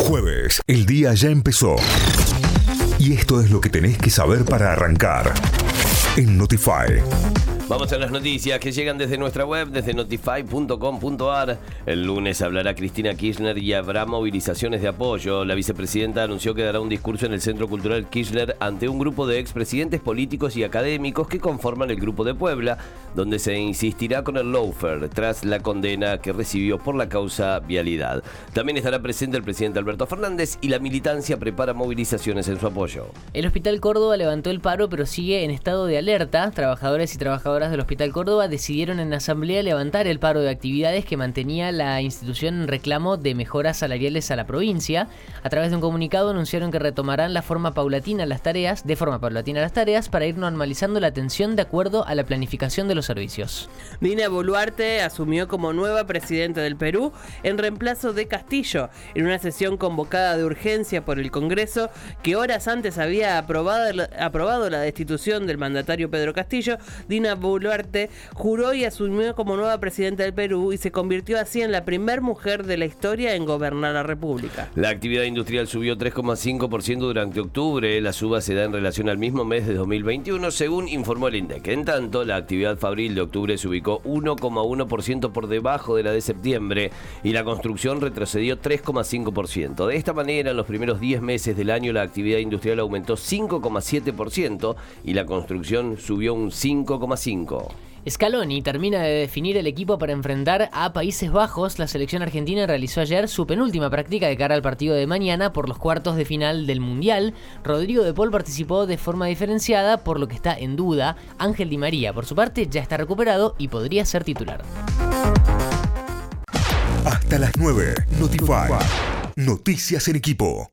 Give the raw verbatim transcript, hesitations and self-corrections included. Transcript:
Jueves, el día ya empezó. Y esto es lo que tenés que saber para arrancar en Notify. Vamos a las noticias que llegan desde nuestra web, desde notify punto com punto ar. El lunes hablará Cristina Kirchner y habrá movilizaciones de apoyo. La vicepresidenta anunció que dará un discurso en el Centro Cultural Kirchner ante un grupo de expresidentes políticos y académicos que conforman el Grupo de Puebla, donde se insistirá con el lawfare tras la condena que recibió por la causa vialidad. También estará presente el presidente Alberto Fernández y la militancia prepara movilizaciones en su apoyo. El Hospital Córdoba levantó el paro, pero sigue en estado de alerta. Trabajadores y trabajadoras del Hospital Córdoba decidieron en asamblea levantar el paro de actividades que mantenía la institución en reclamo de mejoras salariales a la provincia. A través de un comunicado anunciaron que retomarán la forma paulatina las tareas, de forma paulatina las tareas para ir normalizando la atención de acuerdo a la planificación de los servicios. Dina Boluarte asumió como nueva presidenta del Perú en reemplazo de Castillo, en una sesión convocada de urgencia por el Congreso que horas antes había aprobado, aprobado la destitución del mandatario Pedro Castillo. Dina Boluarte juró y asumió como nueva presidenta del Perú y se convirtió así en la primer mujer de la historia en gobernar la República. La actividad industrial subió tres coma cinco por ciento durante octubre. La suba se da en relación al mismo mes de dos mil veintiuno, según informó el INDEC. En tanto, la actividad fabril de octubre se ubicó uno coma uno por ciento por debajo de la de septiembre y la construcción retrocedió tres coma cinco por ciento. De esta manera, en los primeros diez meses del año, la actividad industrial aumentó cinco coma siete por ciento y la construcción subió un cinco coma cinco por ciento. Scaloni termina de definir el equipo para enfrentar a Países Bajos. La selección argentina realizó ayer su penúltima práctica de cara al partido de mañana por los cuartos de final del Mundial. Rodrigo de Paul participó de forma diferenciada, por lo que está en duda. Ángel Di María, por su parte, ya está recuperado y podría ser titular. Hasta las nueve, Notify. Noticias en equipo.